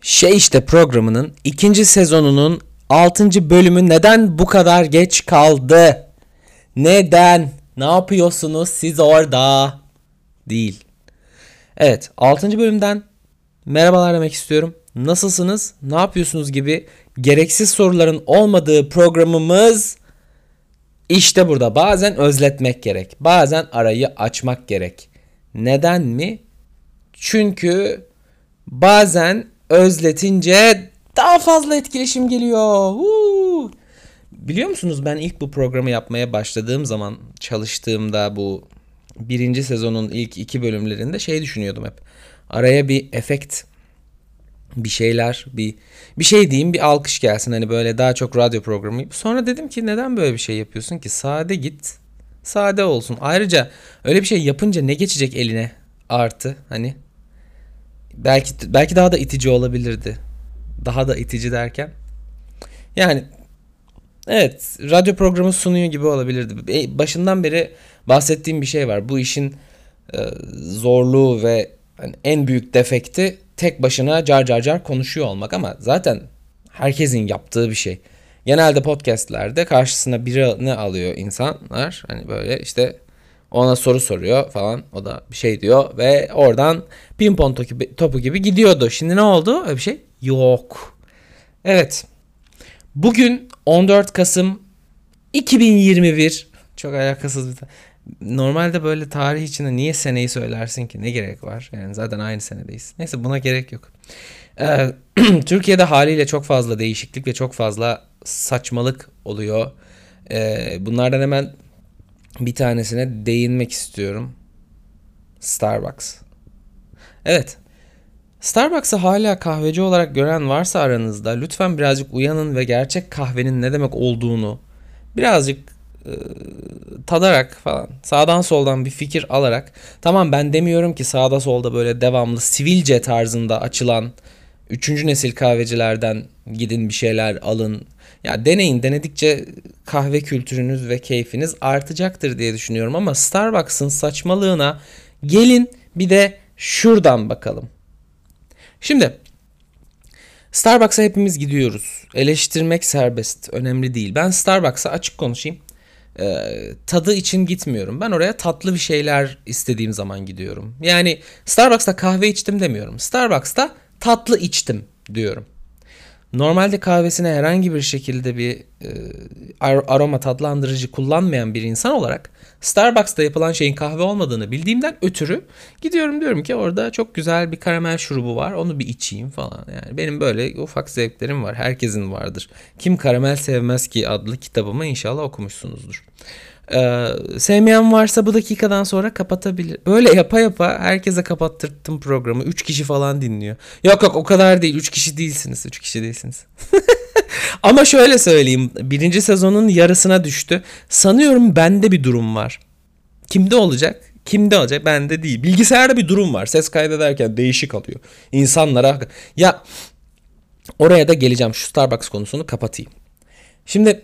İşte programının 2. sezonunun 6. bölümü neden bu kadar geç kaldı? Neden? Ne yapıyorsunuz siz orada? Değil. Evet, 6. bölümden merhabalar demek istiyorum. Nasılsınız? Ne yapıyorsunuz gibi gereksiz soruların olmadığı programımız işte burada. Bazen özletmek gerek. Bazen arayı açmak gerek. Neden mi? Çünkü bazen özletince daha fazla etkileşim geliyor. Biliyor musunuz, ben ilk bu programı yapmaya başladığım zaman, çalıştığımda bu 1. sezonun ilk 2 bölümlerinde düşünüyordum hep. Araya bir efekt, bir şeyler, bir şey diyeyim, bir alkış gelsin, hani böyle daha çok radyo programı. Sonra dedim ki neden böyle bir şey yapıyorsun ki? Sade git, sade olsun. Ayrıca öyle bir şey yapınca ne geçecek eline artı, hani belki daha da itici olabilirdi. Daha da itici derken, yani evet, radyo programı sunuyor gibi olabilirdi. Başından beri bahsettiğim bir şey var. Bu işin zorluğu ve hani en büyük defekti tek başına car car car konuşuyor olmak, ama zaten herkesin yaptığı bir şey. Genelde podcastlerde karşısına birini alıyor insanlar. Hani böyle işte ona soru soruyor falan. O da bir şey diyor ve oradan pimpon topu gibi gidiyordu. Şimdi ne oldu? Öyle bir şey yok. Evet. Bugün 14 Kasım 2021. Çok alakasız bir Normalde böyle tarih içinde niye seneyi söylersin ki? Ne gerek var? Yani zaten aynı senedeyiz. Neyse, buna gerek yok. Türkiye'de haliyle çok fazla değişiklik ve çok fazla saçmalık oluyor. Bunlardan hemen bir tanesine değinmek istiyorum. Starbucks. Evet. Starbucks'ı hala kahveci olarak gören varsa aranızda, lütfen birazcık uyanın ve gerçek kahvenin ne demek olduğunu birazcık tadarak falan, sağdan soldan bir fikir alarak. Tamam, ben demiyorum ki sağda solda böyle devamlı sivilce tarzında açılan 3. nesil kahvecilerden gidin bir şeyler alın. Ya deneyin, denedikçe kahve kültürünüz ve keyfiniz artacaktır diye düşünüyorum, ama Starbucks'ın saçmalığına gelin bir de şuradan bakalım. Şimdi Starbucks'a hepimiz gidiyoruz. Eleştirmek serbest, önemli değil. Ben Starbucks'a açık konuşayım. Tadı için gitmiyorum. Ben oraya tatlı bir şeyler istediğim zaman gidiyorum. Yani Starbucks'ta kahve içtim demiyorum. Starbucks'ta tatlı içtim diyorum. Normalde kahvesine herhangi bir şekilde bir aroma tatlandırıcı kullanmayan bir insan olarak Starbucks'ta yapılan şeyin kahve olmadığını bildiğimden ötürü gidiyorum, diyorum ki orada çok güzel bir karamel şurubu var, onu bir içeyim falan. Yani benim böyle ufak zevklerim var. Herkesin vardır. Kim karamel sevmez ki adlı kitabımı inşallah okumuşsunuzdur. Sevmeyen varsa bu dakikadan sonra kapatabilir. Böyle yapa yapa herkese kapattırttım programı. 3 kişi falan dinliyor. Yok o kadar değil. 3 kişi değilsiniz. 3 kişi değilsiniz. Ama şöyle söyleyeyim. 1. sezonun yarısına düştü. Sanıyorum bende bir durum var. Kimde olacak? Kimde olacak? Bende değil. Bilgisayarda bir durum var. Ses kaydederken değişik alıyor. İnsanlara... Ya oraya da geleceğim. Şu Starbucks konusunu kapatayım. Şimdi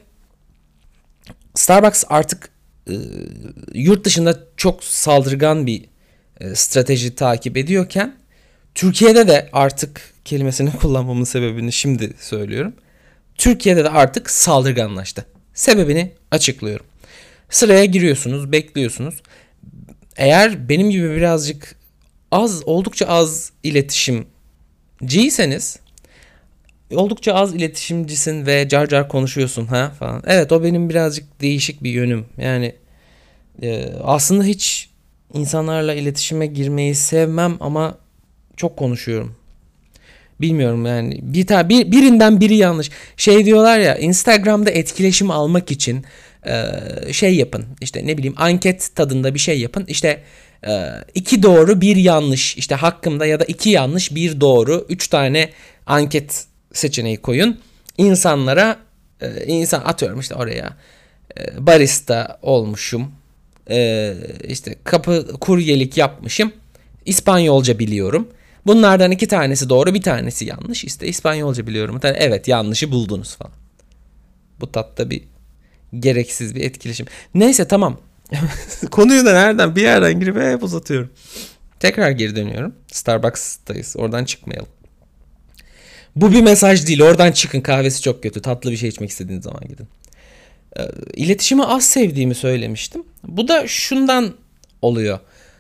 Starbucks artık yurt dışında çok saldırgan bir strateji takip ediyorken, Türkiye'de de artık, kelimesini kullanmamın sebebini şimdi söylüyorum, Türkiye'de de artık saldırganlaştı. Sebebini açıklıyorum. Sıraya giriyorsunuz, bekliyorsunuz. Eğer benim gibi birazcık oldukça az iletişimciyseniz, oldukça az iletişimcisin ve car car konuşuyorsun ha falan. Evet, o benim birazcık değişik bir yönüm. Yani aslında hiç insanlarla iletişime girmeyi sevmem ama çok konuşuyorum. Bilmiyorum yani, birinden biri yanlış. Diyorlar ya, Instagram'da etkileşim almak için yapın. İşte ne bileyim, anket tadında bir şey yapın. İşte 2 doğru 1 yanlış, işte hakkımda, ya da 2 yanlış 1 doğru, 3 tane anket seçeneği koyun. İnsanlara atıyorum işte oraya barista olmuşum. İşte kuryelik yapmışım. İspanyolca biliyorum. Bunlardan 2 tanesi doğru, bir tanesi yanlış. İşte İspanyolca biliyorum. Evet, yanlışı buldunuz falan. Bu tatta bir gereksiz bir etkileşim. Neyse, tamam. Konuyu da bir yerden girip hep uzatıyorum. Tekrar geri dönüyorum. Starbucks'tayız. Oradan çıkmayalım. Bu bir mesaj değil. Oradan çıkın, kahvesi çok kötü. Tatlı bir şey içmek istediğiniz zaman gidin. İletişimi az sevdiğimi söylemiştim. Bu da şundan oluyor.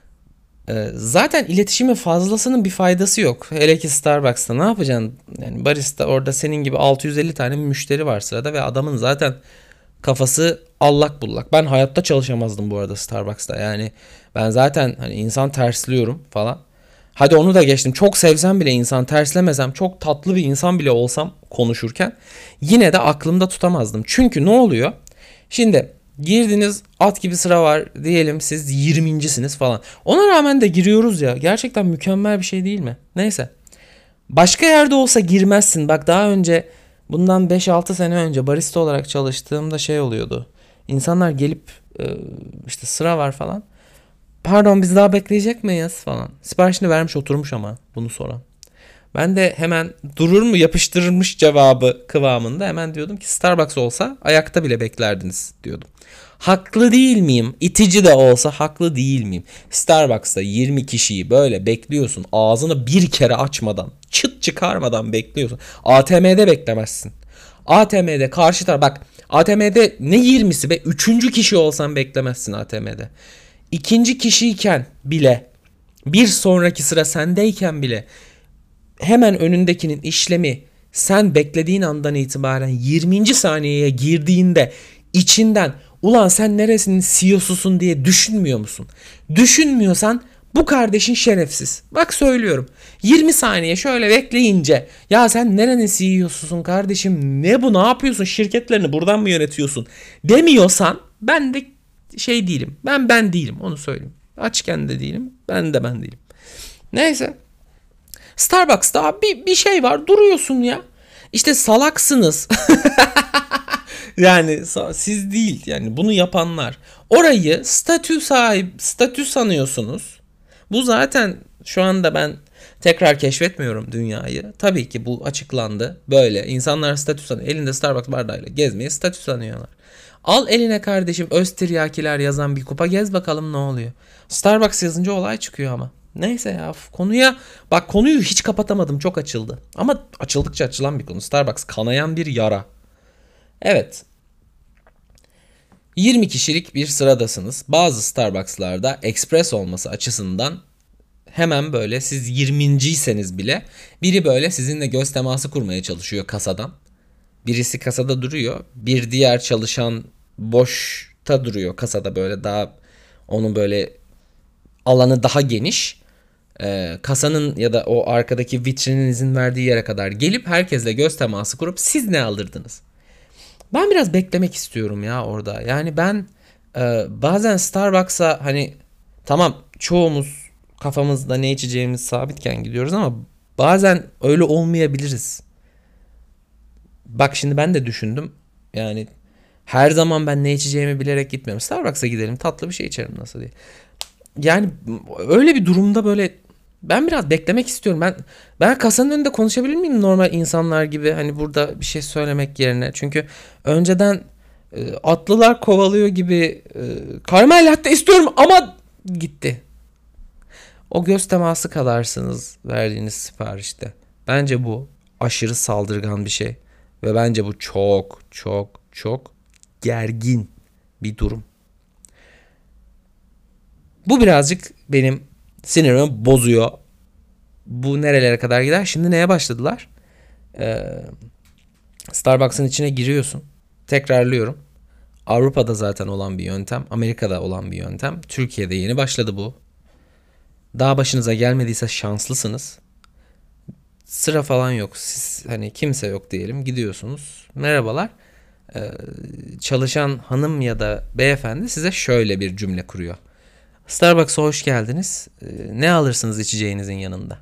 Zaten iletişimin fazlasının bir faydası yok. Hele ki Starbucks'ta ne yapacaksın? Yani barista orada senin gibi 650 tane müşteri var sırada ve adamın zaten kafası allak bullak. Ben hayatta çalışamazdım bu arada Starbucks'ta. Yani ben zaten hani insan tersliyorum falan. Hadi onu da geçtim. Çok sevsem bile insan terslemesem, çok tatlı bir insan bile olsam konuşurken yine de aklımda tutamazdım. Çünkü ne oluyor? Şimdi girdiniz, at gibi sıra var diyelim, siz 20.siniz falan. Ona rağmen de giriyoruz ya. Gerçekten mükemmel bir şey değil mi? Neyse. Başka yerde olsa girmezsin. Bak daha önce, bundan 5-6 sene önce barista olarak çalıştığımda şey oluyordu. İnsanlar gelip işte sıra var falan. Pardon, biz daha bekleyecek miyiz falan. Siparişini vermiş oturmuş ama bunu soran. Ben de hemen durur mu yapıştırılmış cevabı kıvamında hemen diyordum ki Starbucks olsa ayakta bile beklerdiniz diyordum. Haklı değil miyim? İtici de olsa haklı değil miyim? Starbucks'ta 20 kişiyi böyle bekliyorsun. Ağzını bir kere açmadan, çıt çıkarmadan bekliyorsun. ATM'de beklemezsin. ATM'de karşı taraf, bak ATM'de ne 20'si be, 3. kişi olsan beklemezsin ATM'de. İkinci kişiyken bile, bir sonraki sıra sendeyken bile hemen önündekinin işlemi sen beklediğin andan itibaren 20. saniyeye girdiğinde içinden ulan sen neresinin CEO'susun diye düşünmüyor musun? Düşünmüyorsan bu kardeşin şerefsiz. Bak söylüyorum. 20 saniye şöyle bekleyince ya sen nerenin CEO'susun kardeşim, ne bu, ne yapıyorsun, şirketlerini buradan mı yönetiyorsun demiyorsan ben de şey değilim. Ben değilim, onu söyleyeyim. Açken de değilim. Ben değilim. Neyse. Starbucks'ta bir şey var, duruyorsun ya. İşte salaksınız. Yani siz değil, yani bunu yapanlar. Orayı statü sanıyorsunuz. Bu zaten şu anda ben tekrar keşfetmiyorum dünyayı. Tabii ki bu açıklandı. Böyle insanlar statü sanıyor. Elinde Starbucks bardağıyla gezmeyi statü sanıyorlar. Al eline kardeşim Öztiryakiler yazan bir kupa, gez bakalım ne oluyor. Starbucks yazınca olay çıkıyor ama. Neyse ya, konuya bak, konuyu hiç kapatamadım, çok açıldı. Ama açıldıkça açılan bir konu. Starbucks kanayan bir yara. Evet. 20 kişilik bir sıradasınız. Bazı Starbucks'larda express olması açısından hemen böyle siz 20.seniz bile biri böyle sizinle göz teması kurmaya çalışıyor kasadan. Birisi kasada duruyor. Bir diğer çalışan boşta duruyor kasada, böyle daha onun böyle alanı daha geniş. Kasanın ya da o arkadaki vitrinin izin verdiği yere kadar gelip herkesle göz teması kurup siz ne alırdınız? Ben biraz beklemek istiyorum ya orada. Yani ben bazen Starbucks'a hani tamam çoğumuz kafamızda ne içeceğimiz sabitken gidiyoruz ama bazen öyle olmayabiliriz. Bak şimdi ben de düşündüm. Yani her zaman ben ne içeceğimi bilerek gitmiyorum. Starbucks'a gidelim, tatlı bir şey içerim nasıl diye. Yani öyle bir durumda böyle ben biraz beklemek istiyorum. Ben kasanın önünde konuşabilir miyim normal insanlar gibi, hani burada bir şey söylemek yerine. Çünkü önceden atlılar kovalıyor gibi karamel latte istiyorum ama gitti. O göz teması kalarsınız verdiğiniz siparişte. Bence bu aşırı saldırgan bir şey. Ve bence bu çok çok çok gergin bir durum. Bu birazcık benim sinirimi bozuyor. Bu nerelere kadar gider? Şimdi neye başladılar? Starbucks'ın içine giriyorsun. Tekrarlıyorum. Avrupa'da zaten olan bir yöntem. Amerika'da olan bir yöntem. Türkiye'de yeni başladı bu. Daha başınıza gelmediyse şanslısınız. Sıra falan yok. Siz hani kimse yok diyelim. Gidiyorsunuz. Merhabalar. Çalışan hanım ya da beyefendi size şöyle bir cümle kuruyor. Starbucks'a hoş geldiniz. Ne alırsınız içeceğinizin yanında?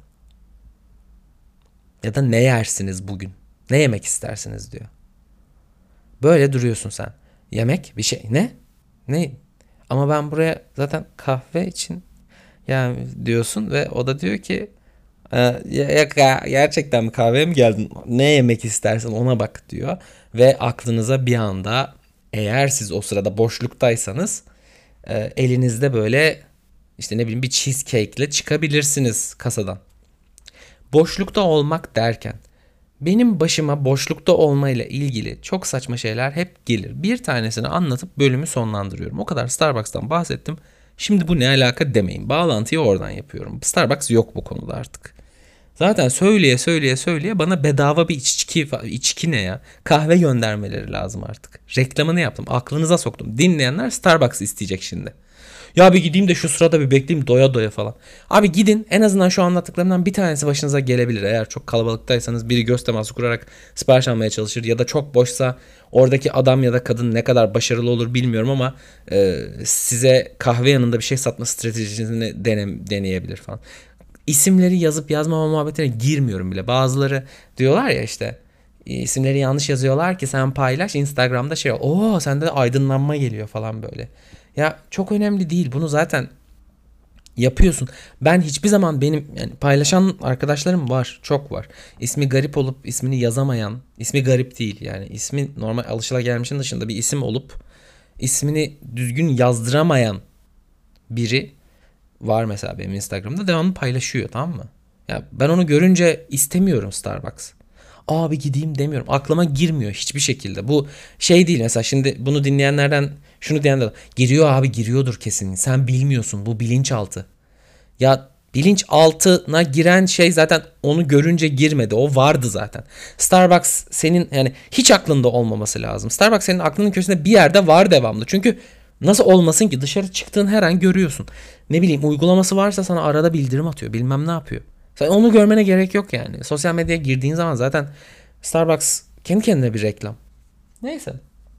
Ya da ne yersiniz bugün? Ne yemek istersiniz diyor. Böyle duruyorsun sen. Yemek bir şey. Ne? Ne? Ama ben buraya zaten kahve için yani diyorsun ve o da diyor ki gerçekten mi kahveye mi geldin? Ne yemek istersen ona bak diyor. Ve aklınıza bir anda, eğer siz o sırada boşluktaysanız elinizde böyle işte ne bileyim bir cheesecake ile çıkabilirsiniz kasadan. Boşlukta olmak derken Benim başıma boşlukta olmayla ilgili çok saçma şeyler hep gelir. Bir tanesini anlatıp bölümü sonlandırıyorum. O kadar Starbucks'tan bahsettim. Şimdi bu ne alaka demeyin. Bağlantıyı oradan yapıyorum. Starbucks yok bu konuda artık. Zaten söyleye bana bedava bir içki ne ya? Kahve göndermeleri lazım artık. Reklamını yaptım. Aklınıza soktum. Dinleyenler Starbucks isteyecek şimdi. Ya bir gideyim de şu sırada bir bekleyeyim doya doya falan. Abi gidin, en azından şu anlattıklarımdan bir tanesi başınıza gelebilir. Eğer çok kalabalıktaysanız biri göz teması kurarak sipariş almaya çalışır. Ya da çok boşsa oradaki adam ya da kadın ne kadar başarılı olur bilmiyorum ama size kahve yanında bir şey satma stratejisini deneyebilir falan. İsimleri yazıp yazmama muhabbetine girmiyorum bile. Bazıları diyorlar ya işte isimleri yanlış yazıyorlar ki sen paylaş Instagram'da sende de aydınlanma geliyor falan böyle. Ya çok önemli değil, bunu zaten yapıyorsun. Ben hiçbir zaman yani paylaşan arkadaşlarım var, çok var. İsmi garip olup ismini yazamayan, ismi garip değil yani ismi normal alışılagelmişin dışında bir isim olup ismini düzgün yazdıramayan biri var mesela benim Instagram'da, devamlı paylaşıyor, tamam mı? Ya ben onu görünce istemiyorum Starbucks. Abi gideyim demiyorum. Aklıma girmiyor hiçbir şekilde. Bu şey değil mesela, şimdi bunu dinleyenlerden şunu diyen de giriyor abi, giriyordur kesin. Sen bilmiyorsun, bu bilinçaltı. Ya bilinçaltına giren şey zaten onu görünce girmedi. O vardı zaten. Starbucks senin yani hiç aklında olmaması lazım. Starbucks senin aklının köşesinde bir yerde var devamlı. Çünkü nasıl olmasın ki, dışarı çıktığın her an görüyorsun. Ne bileyim, uygulaması varsa sana arada bildirim atıyor. Bilmem ne yapıyor. Sen onu görmene gerek yok yani. Sosyal medyaya girdiğin zaman zaten Starbucks kendi kendine bir reklam. Neyse.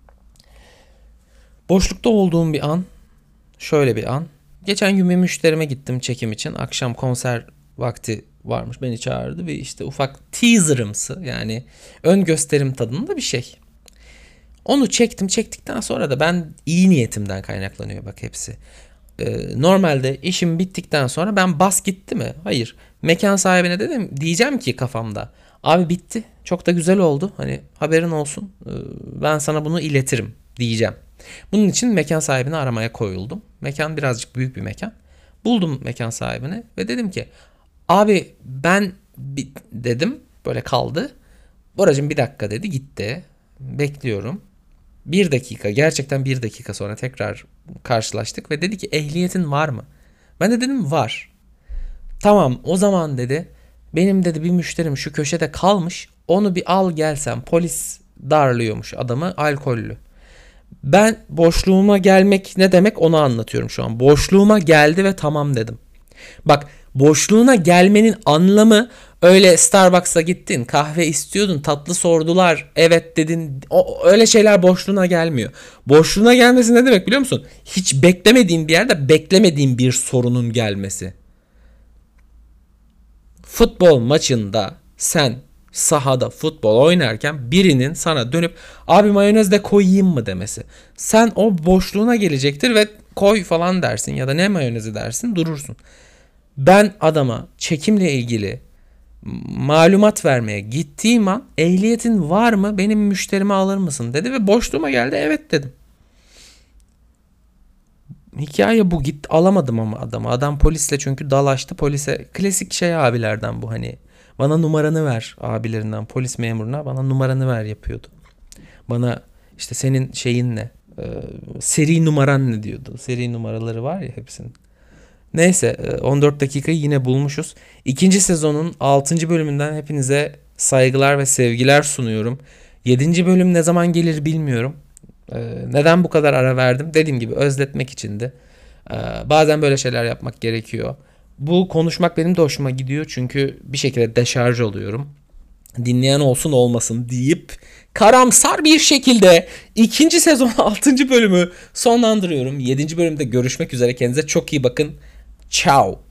Boşlukta olduğum bir an. Şöyle bir an. Geçen gün bir müşterime gittim çekim için. Akşam konser vakti varmış. Beni çağırdı ve işte ufak teaserımsı, yani ön gösterim tadında bir şey. Onu çektim. Çektikten sonra da ben iyi niyetimden kaynaklanıyor bak hepsi. Normalde işim bittikten sonra ben bas gitti mi? Hayır. Mekan sahibine diyeceğim ki kafamda. Abi bitti. Çok da güzel oldu. Hani haberin olsun. Ben sana bunu iletirim diyeceğim. Bunun için mekan sahibini aramaya koyuldum. Mekan birazcık büyük bir mekan. Buldum mekan sahibini ve dedim ki abi ben dedim, böyle kaldı. Boracığım bir dakika dedi, gitti. Bekliyorum. Bir dakika, gerçekten bir dakika sonra tekrar karşılaştık ve dedi ki ehliyetin var mı? Ben de dedim var. Tamam o zaman dedi, benim dedi bir müşterim şu köşede kalmış, onu bir al gelsen, polis darlıyormuş adamı, alkollü. Ben boşluğuma gelmek ne demek onu anlatıyorum şu an. Boşluğuma geldi ve tamam dedim. Bak, boşluğuna gelmenin anlamı öyle Starbucks'a gittin, kahve istiyordun, tatlı sordular, evet dedin. Öyle şeyler boşluğuna gelmiyor. Boşluğuna gelmesi ne demek biliyor musun? Hiç beklemediğin bir yerde beklemediğin bir sorunun gelmesi. Futbol maçında sen sahada futbol oynarken birinin sana dönüp abi mayonez de koyayım mı demesi. Sen o boşluğuna gelecektir ve koy falan dersin ya da ne mayonezi dersin, durursun. Ben adama çekimle ilgili malumat vermeye gittiğim an ehliyetin var mı, benim müşterimi alır mısın dedi ve boşluğuma geldi, evet dedim. Hikaye bu, git alamadım ama adamı. Adam polisle çünkü dalaştı, polise klasik şey abilerden bu, hani bana numaranı ver abilerinden, polis memuruna bana numaranı ver yapıyordu. Bana işte senin şeyin ne, seri numaran ne diyordu, seri numaraları var ya hepsinin. Neyse 14 dakikayı yine bulmuşuz. İkinci sezonun 6. bölümünden hepinize saygılar ve sevgiler sunuyorum. 7. bölüm ne zaman gelir bilmiyorum. Neden bu kadar ara verdim? Dediğim gibi özletmek içindi. Bazen böyle şeyler yapmak gerekiyor. Bu konuşmak benim de hoşuma gidiyor. Çünkü bir şekilde deşarj oluyorum. Dinleyen olsun olmasın deyip karamsar bir şekilde 2. sezon 6. bölümü sonlandırıyorum. 7. bölümde görüşmek üzere. Kendinize çok iyi bakın. Ciao.